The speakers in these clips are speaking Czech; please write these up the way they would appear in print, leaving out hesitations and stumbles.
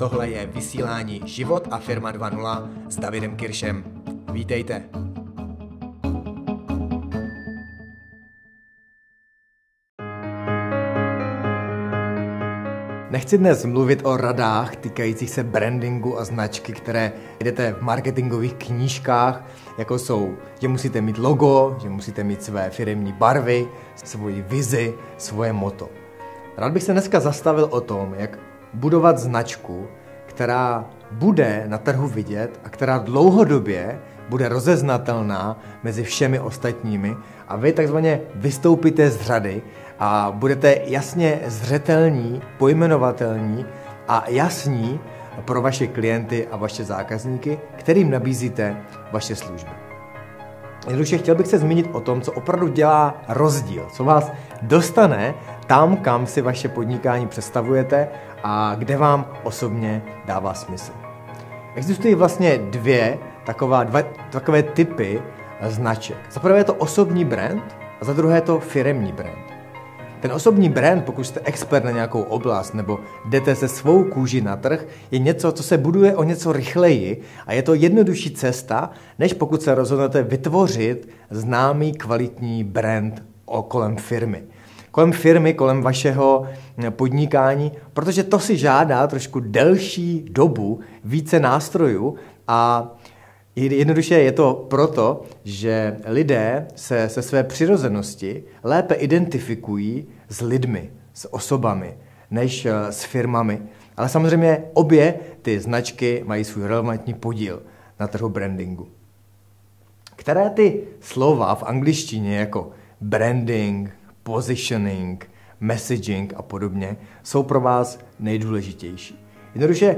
tohle je vysílání Život a firma 2.0 s Davidem Kiršem. Vítejte. Nechci dnes mluvit o radách týkajících se brandingu a značky, které jdete v marketingových knížkách, jako jsou, že musíte mít logo, že musíte mít své firemní barvy, svoji vizi, svoje motto. Rád bych se dneska zastavil o tom, jak budovat značku, která bude na trhu vidět a která dlouhodobě bude rozeznatelná mezi všemi ostatními a vy takzvaně vystoupíte z řady a budete jasně zřetelní, pojmenovatelní a jasní pro vaše klienty a vaše zákazníky, kterým nabízíte vaše služby. Jednoduše chtěl bych se zmínit o tom, co opravdu dělá rozdíl, co vás dostane tam, kam si vaše podnikání představujete a kde vám osobně dává smysl. Existují vlastně dva takové typy značek. Za prvé je to osobní brand a za druhé je to firemní brand. Ten osobní brand, pokud jste expert na nějakou oblast nebo jdete se svou kůži na trh, je něco, co se buduje o něco rychleji a je to jednodušší cesta, než pokud se rozhodnete vytvořit známý kvalitní brand kolem firmy. Kolem firmy, kolem vašeho podnikání, protože to si žádá trošku delší dobu, více nástrojů a jednoduše je to proto, že lidé se své přirozenosti lépe identifikují s lidmi, s osobami, než s firmami. Ale samozřejmě obě ty značky mají svůj relevantní podíl na trhu brandingu. Které ty slova v angličtině jako branding, positioning, messaging a podobně jsou pro vás nejdůležitější? Jednoduše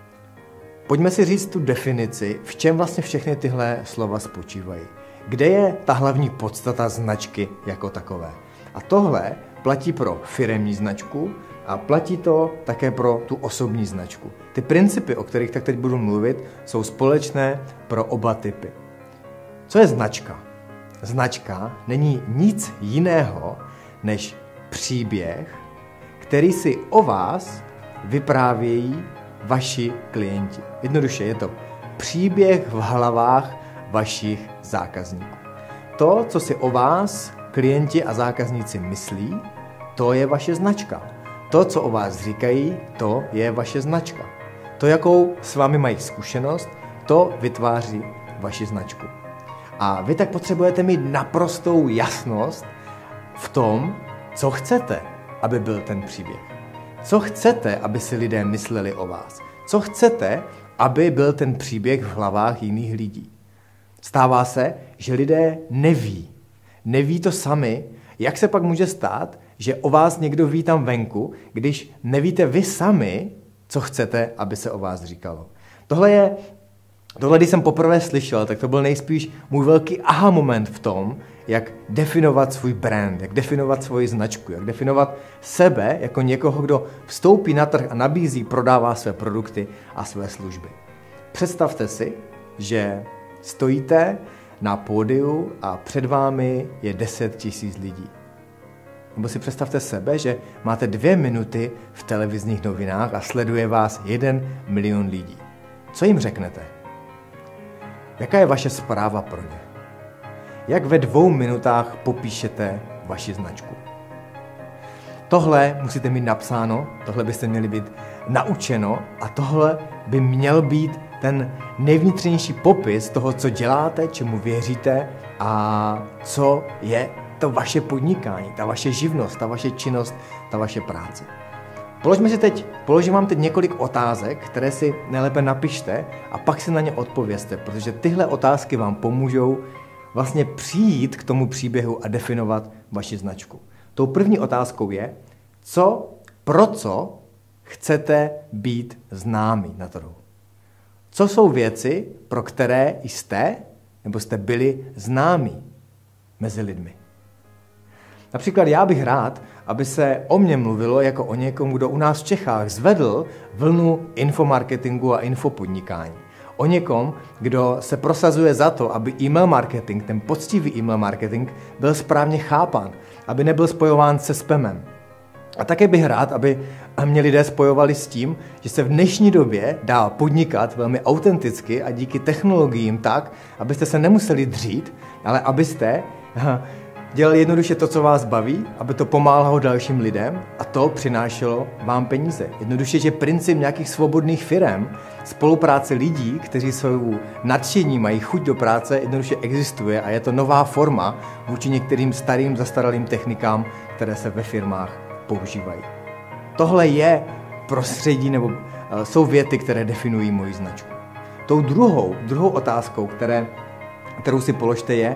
pojďme si říct tu definici, v čem vlastně všechny tyhle slova spočívají. Kde je ta hlavní podstata značky jako takové? A tohle platí pro firemní značku a platí to také pro tu osobní značku. Ty principy, o kterých tak teď budu mluvit, jsou společné pro oba typy. Co je značka? Značka není nic jiného než příběh, který si o vás vyprávějí vaši klienti. Jednoduše je to příběh v hlavách vašich zákazníků. To, co si o vás klienti a zákazníci myslí, to je vaše značka. To, co o vás říkají, to je vaše značka. To, jakou s vámi mají zkušenost, to vytváří vaši značku. A vy tak potřebujete mít naprostou jasnost v tom, co chcete, aby byl ten příběh. Co chcete, aby si lidé mysleli o vás? Co chcete, aby byl ten příběh v hlavách jiných lidí? Stává se, že lidé neví to sami, jak se pak může stát, že o vás někdo ví tam venku, když nevíte vy sami, co chcete, aby se o vás říkalo. Tohle, když jsem poprvé slyšel, tak to byl nejspíš můj velký aha moment v tom, jak definovat svůj brand, jak definovat svoji značku, jak definovat sebe jako někoho, kdo vstoupí na trh a nabízí, prodává své produkty a své služby. Představte si, že stojíte na pódiu a před vámi je 10 000 lidí. Nebo si představte sebe, že máte 2 minuty v televizních novinách a sleduje vás 1 milion lidí. Co jim řeknete? Jaká je vaše zpráva pro ně? Jak ve 2 minutách popíšete vaši značku? Tohle musíte mít napsáno, tohle byste měli být naučeno a tohle by měl být ten nejvnitřnější popis toho, co děláte, čemu věříte a co je to vaše podnikání, ta vaše živnost, ta vaše činnost, ta vaše práce. Položím vám teď několik otázek, které si nejlépe napište a pak si na ně odpovězte, protože tyhle otázky vám pomůžou vlastně přijít k tomu příběhu a definovat vaši značku. Tou první otázkou je, pro co chcete být známí na trhu. Co jsou věci, pro které jste byli známí mezi lidmi. Například já bych rád, aby se o mně mluvilo jako o někom, kdo u nás v Čechách zvedl vlnu infomarketingu a infopodnikání. O někom, kdo se prosazuje za to, aby e-mail marketing, ten poctivý e-mail marketing, byl správně chápán, aby nebyl spojován se spamem. A také bych rád, aby mě lidé spojovali s tím, že se v dnešní době dá podnikat velmi autenticky a díky technologiím tak, abyste se nemuseli dřít, ale abyste dělali jednoduše to, co vás baví, aby to pomáhalo dalším lidem a to přinášelo vám peníze. Jednoduše, že princip nějakých svobodných firem, spolupráce lidí, kteří svou nadšení mají chuť do práce, jednoduše existuje a je to nová forma vůči některým starým zastaralým technikám, které se ve firmách používají. Tohle je prostředí, nebo jsou věty, které definují moji značku. Tou druhou otázkou, kterou si položte, je,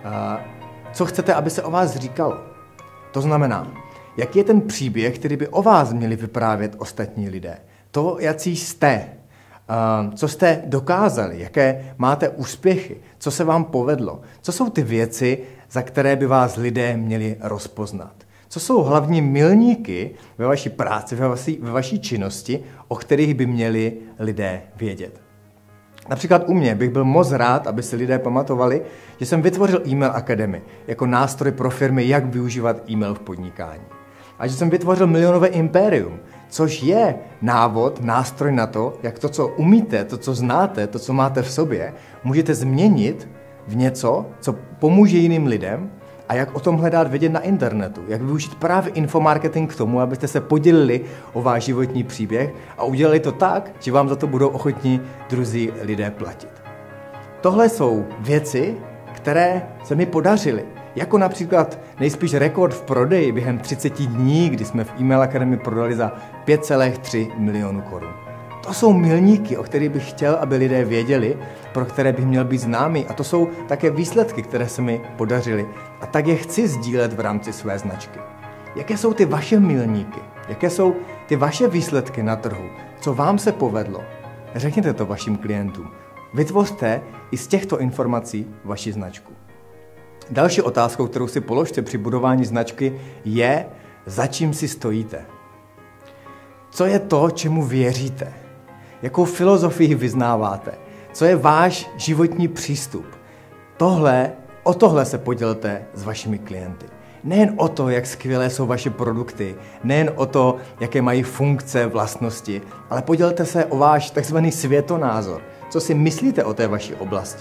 co chcete, aby se o vás říkalo. To znamená, jaký je ten příběh, který by o vás měli vyprávět ostatní lidé. To, jací jste, co jste dokázali, jaké máte úspěchy, co se vám povedlo, co jsou ty věci, za které by vás lidé měli rozpoznat. Co jsou hlavní milníky ve vaší práci, ve vaší činnosti, o kterých by měli lidé vědět. Například u mě bych byl moc rád, aby si lidé pamatovali, že jsem vytvořil e-mail Academy jako nástroj pro firmy, jak využívat e-mail v podnikání. A že jsem vytvořil milionové impérium, což je nástroj na to, jak to, co umíte, to, co znáte, to, co máte v sobě, můžete změnit v něco, co pomůže jiným lidem a jak o tomhle dát vědět na internetu. Jak využít právě infomarketing k tomu, abyste se podělili o váš životní příběh a udělali to tak, že vám za to budou ochotní druzí lidé platit. Tohle jsou věci, které se mi podařily. Jako například nejspíš rekord v prodeji během 30 dní, kdy jsme v e-mail Academy prodali za 5,3 milionu korun. To jsou milníky, o kterých bych chtěl, aby lidé věděli, pro které bych měl být známý. A to jsou také výsledky, které se mi podařily. A tak je chci sdílet v rámci své značky. Jaké jsou ty vaše milníky? Jaké jsou ty vaše výsledky na trhu? Co vám se povedlo? Řekněte to vašim klientům. Vytvořte i z těchto informací vaši značku. Další otázkou, kterou si položte při budování značky, je, za čím si stojíte. Co je to, čemu věříte? Jakou filozofii vyznáváte? Co je váš životní přístup? O tohle se podělte s vašimi klienty. Nejen o to, jak skvělé jsou vaše produkty, nejen o to, jaké mají funkce, vlastnosti, ale podělte se o váš takzvaný světonázor. Co si myslíte o té vaší oblasti?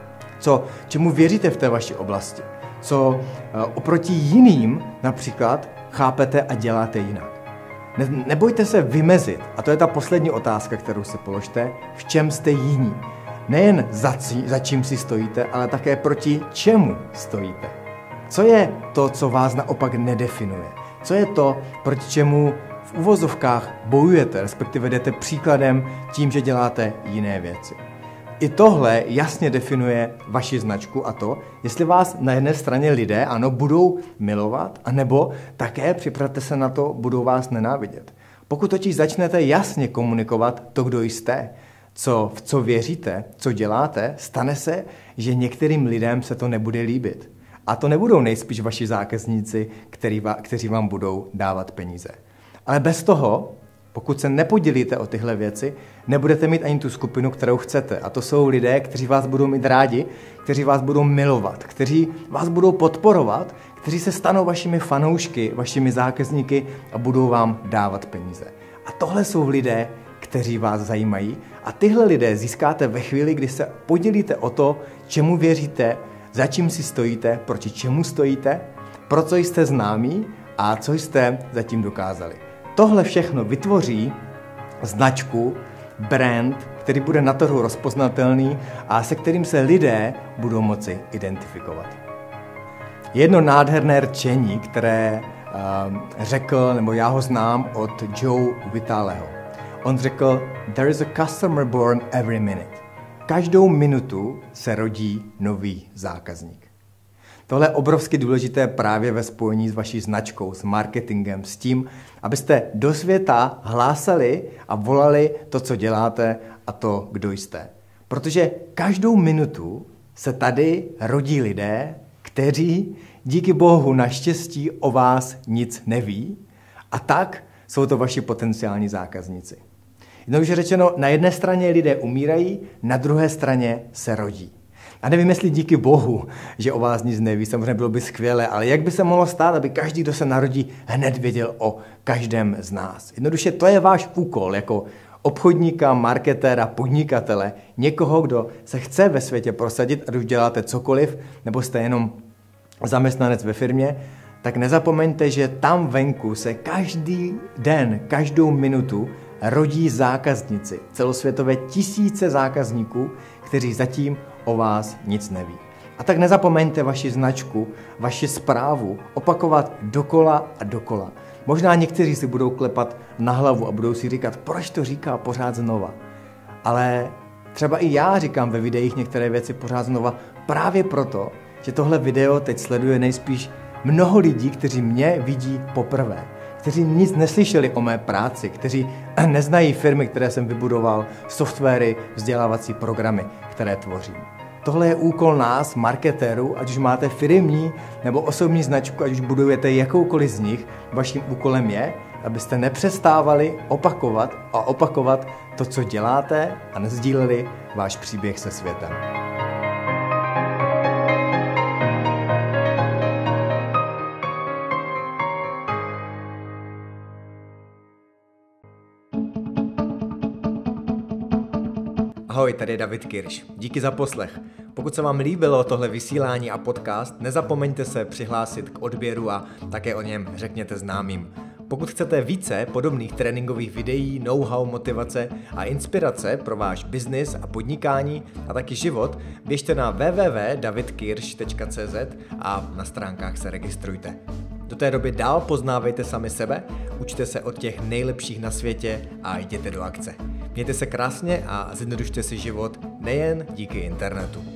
Čemu věříte v té vaší oblasti? Co oproti jiným například chápete a děláte jinak? Nebojte se vymezit, a to je ta poslední otázka, kterou si položte, v čem jste jiní. Nejen za čím si stojíte, ale také proti čemu stojíte. Co je to, co vás naopak nedefinuje? Co je to, proti čemu v uvozovkách bojujete, respektive jdete příkladem tím, že děláte jiné věci? I tohle jasně definuje vaši značku a to, jestli vás na jedné straně lidé, budou milovat, anebo také, připravte se na to, budou vás nenávidět. Pokud totiž začnete jasně komunikovat to, kdo jste, v co věříte, co děláte, stane se, že některým lidem se to nebude líbit. A to nebudou nejspíš vaši zákazníci, kteří vám budou dávat peníze. Ale bez toho, pokud se nepodělíte o tyhle věci, nebudete mít ani tu skupinu, kterou chcete. A to jsou lidé, kteří vás budou mít rádi, kteří vás budou milovat, kteří vás budou podporovat, kteří se stanou vašimi fanoušky, vašimi zákazníky a budou vám dávat peníze. A tohle jsou lidé, kteří vás zajímají. A tyhle lidé získáte ve chvíli, kdy se podělíte o to, čemu věříte, za čím si stojíte, proti čemu stojíte, pro co jste známí a co jste zatím dokázali. Tohle všechno vytvoří značku, brand, který bude na trhu rozpoznatelný a se kterým se lidé budou moci identifikovat. Jedno nádherné rčení, které řekl, nebo já ho znám od Joe Vitaleho. On řekl, there is a customer born every minute. Každou minutu se rodí nový zákazník. Tohle je obrovsky důležité právě ve spojení s vaší značkou, s marketingem, s tím, abyste do světa hlásali a volali to, co děláte a to, kdo jste. Protože každou minutu se tady rodí lidé, kteří díky Bohu naštěstí o vás nic neví a tak jsou to vaši potenciální zákazníci. Jednoduše řečeno, na jedné straně lidé umírají, na druhé straně se rodí. A nevím, jestli díky Bohu, že o vás nic neví, samozřejmě bylo by skvělé, ale jak by se mohlo stát, aby každý, kdo se narodí, hned věděl o každém z nás. Jednoduše to je váš úkol jako obchodníka, marketéra, podnikatele, někoho, kdo se chce ve světě prosadit, ať už děláte cokoliv, nebo jste jenom zaměstnanec ve firmě, tak nezapomeňte, že tam venku se každý den, každou minutu rodí zákazníci. Celosvětově tisíce zákazníků, kteří zatím o vás nic neví. A tak nezapomeňte vaši značku, vaši zprávu opakovat dokola a dokola. Možná někteří si budou klepat na hlavu a budou si říkat, proč to říká pořád znova. Ale třeba i já říkám ve videích některé věci pořád znova právě proto, že tohle video teď sleduje nejspíš mnoho lidí, kteří mě vidí poprvé, kteří nic neslyšeli o mé práci, kteří neznají firmy, které jsem vybudoval, softwary, vzdělávací programy, které tvořím. Tohle je úkol nás, marketérů, ať už máte firemní nebo osobní značku, ať už budujete jakoukoliv z nich, vaším úkolem je, abyste nepřestávali opakovat to, co děláte a nesdíleli váš příběh se světem. Ahoj, tady je David Kirš. Díky za poslech. Pokud se vám líbilo tohle vysílání a podcast, nezapomeňte se přihlásit k odběru a také o něm řekněte známým. Pokud chcete více podobných tréninkových videí, know-how, motivace a inspirace pro váš biznis a podnikání a taky život, běžte na www.davidkirš.cz a na stránkách se registrujte. Do té doby dál poznávejte sami sebe, učte se od těch nejlepších na světě a jděte do akce. Mějte se krásně a zjednodušte si život nejen díky internetu.